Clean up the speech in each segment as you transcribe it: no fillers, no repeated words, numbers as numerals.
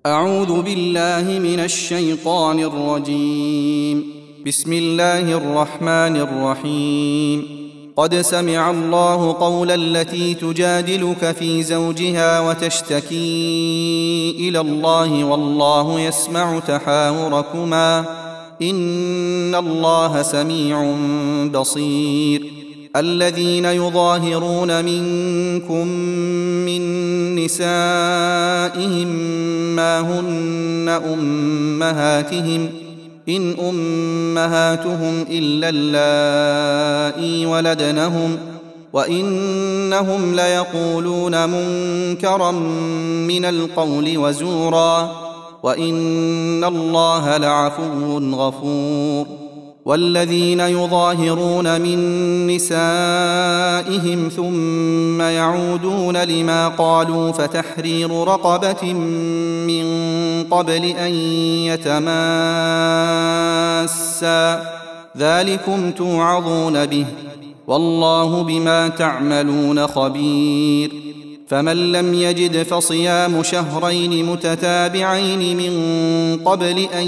أعوذ بالله من الشيطان الرجيم. بسم الله الرحمن الرحيم. قد سمع الله قول التي تجادلك في زوجها وتشتكي إلى الله والله يسمع تحاوركما إن الله سميع بصير. الذين يظاهرون منكم من نسائهم ما هن أمهاتهم إن أمهاتهم إلا اللائي ولدنهم وإنهم ليقولون منكرا من القول وزورا وإن الله لعفو غفور. والذين يظاهرون من نسائهم ثم يعودون لما قالوا فتحرير رقبة من قبل أن يتماسا ذلكم توعظون به والله بما تعملون خبير. فمن لم يجد فصيام شهرين متتابعين من قبل أن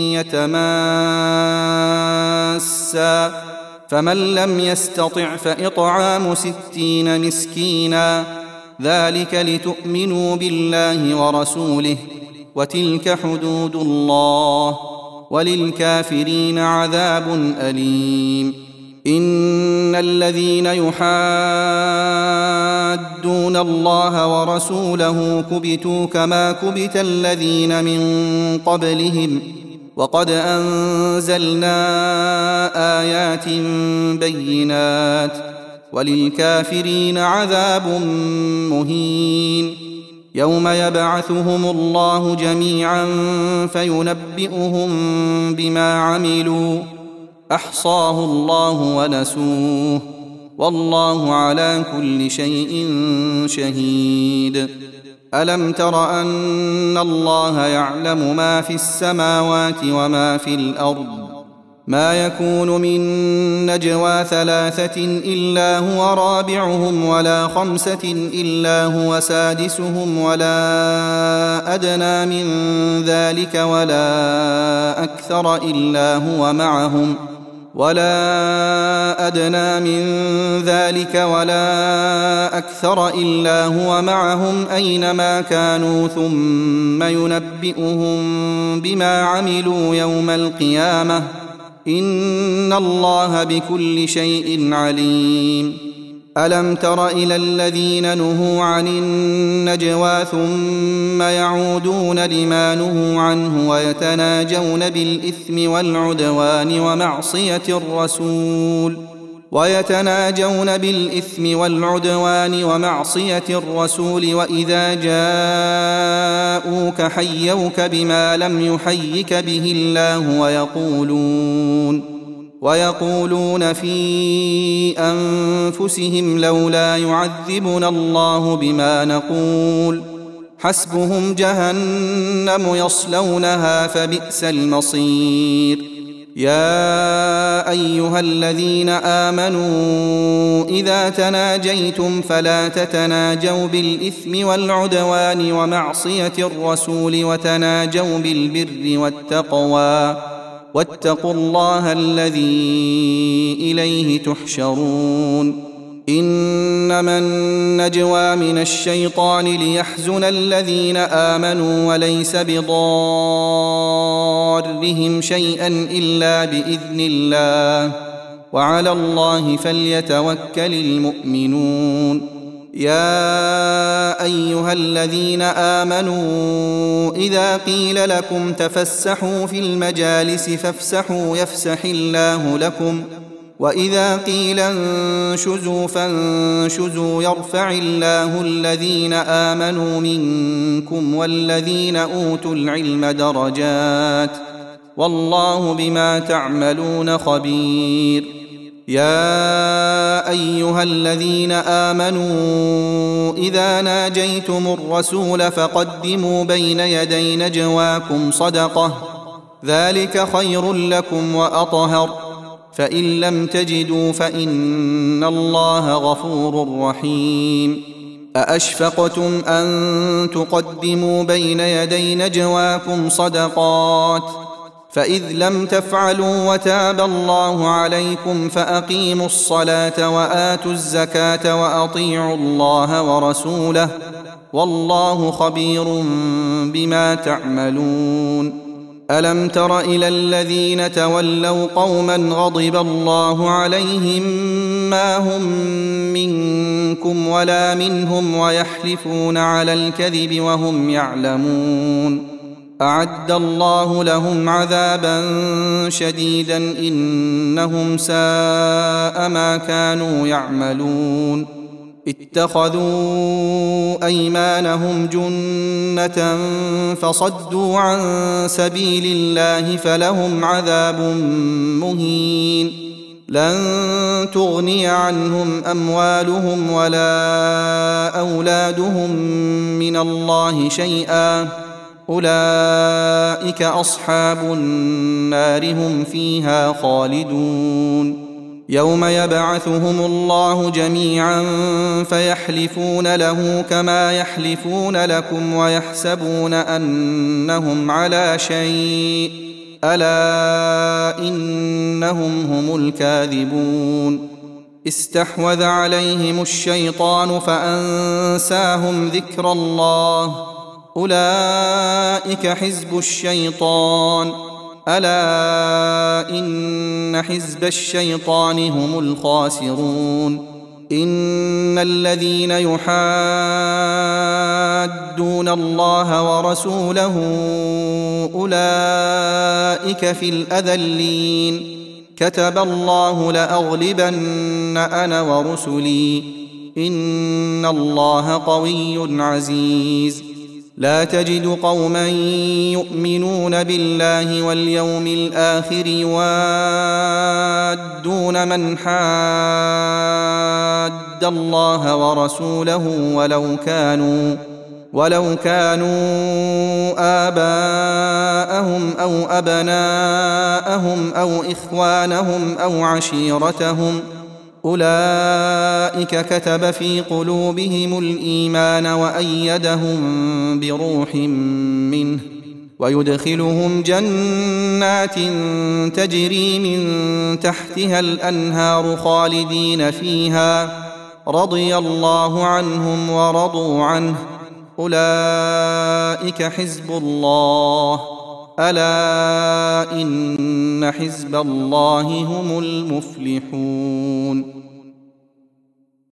يتماسا فمن لم يستطع فإطعام 60 مسكينا ذلك لتؤمنوا بالله ورسوله وتلك حدود الله وللكافرين عذاب أليم. إن الذين يحادون الله ورسوله كبتوا كما كبت الذين من قبلهم وقد أنزلنا آيات بينات وللكافرين عذاب مهين. يوم يبعثهم الله جميعا فينبئهم بما عملوا أحصاه الله ونسوه والله على كل شيء شهيد. ألم تر أن الله يعلم ما في السماوات وما في الأرض ما يكون من نجوى 3 إلا هو رابعهم ولا 5 إلا هو سادسهم ولا أدنى من ذلك ولا أكثر إلا هو معهم أينما كانوا ثم ينبئهم بما عملوا يوم القيامة إن الله بكل شيء عليم. ألم تر إلى الذين نهوا عن النجوى ثم يعودون لما نهوا عنه ويتناجون بالإثم والعدوان ومعصية الرسول وإذا جاءوك حيوك بما لم يحيك به الله ويقولون في أنفسهم لولا يعذبنا الله بما نقول حسبهم جهنم يصلونها فبئس المصير. يا أيها الذين آمنوا إذا تناجيتم فلا تتناجوا بالإثم والعدوان ومعصية الرسول وتناجوا بالبر والتقوى واتقوا الله الذي إليه تحشرون. إنما النجوى من الشيطان ليحزن الذين آمنوا وليس بضارهم شيئا إلا بإذن الله وعلى الله فليتوكل المؤمنون. يا أيها الذين آمنوا إذا قيل لكم تفسحوا في المجالس فافسحوا يفسح الله لكم وإذا قيل انشزوا فانشزوا يرفع الله الذين آمنوا منكم والذين أوتوا العلم درجات والله بما تعملون خبير. يا أيها الذين آمنوا إذا ناجيتم الرسول فقدموا بين يدي نجواكم صدقة ذلك خير لكم وأطهر فإن لم تجدوا فإن الله غفور رحيم. أأشفقتم أن تقدموا بين يدي نجواكم صدقات فإذ لم تفعلوا وتاب الله عليكم فأقيموا الصلاة وآتوا الزكاة وأطيعوا الله ورسوله والله خبير بما تعملون. ألم تر إلى الذين تولوا قوما غضب الله عليهم ما هم منكم ولا منهم ويحلفون على الكذب وهم يعلمون أعد الله لهم عذابا شديدا إنهم ساء ما كانوا يعملون. اتخذوا أيمانهم جنة فصدوا عن سبيل الله فلهم عذاب مهين لن تغني عنهم أموالهم ولا أولادهم من الله شيئا أولئك أصحاب النار هم فيها خالدون. يوم يبعثهم الله جميعا فيحلفون له كما يحلفون لكم ويحسبون أنهم على شيء ألا إنهم هم الكاذبون. استحوذ عليهم الشيطان فأنساهم ذكر الله أولئك حزب الشيطان ألا إن حزب الشيطان هم الخاسرون. إن الذين يحادون الله ورسوله أولئك في الأذلين كتب الله لأغلبن أنا ورسلي إن الله قوي عزيز. لا تجد قوما يؤمنون بالله واليوم الآخر يوادون من حاد الله ورسوله ولو كانوا آباءهم أو أبناءهم أو إخوانهم أو عشيرتهم أولئك كتب في قلوبهم الإيمان وأيدهم بروح منه ويدخلهم جنات تجري من تحتها الأنهار خالدين فيها رضي الله عنهم ورضوا عنه أولئك حزب الله ألا إن حزب الله هم المفلحون.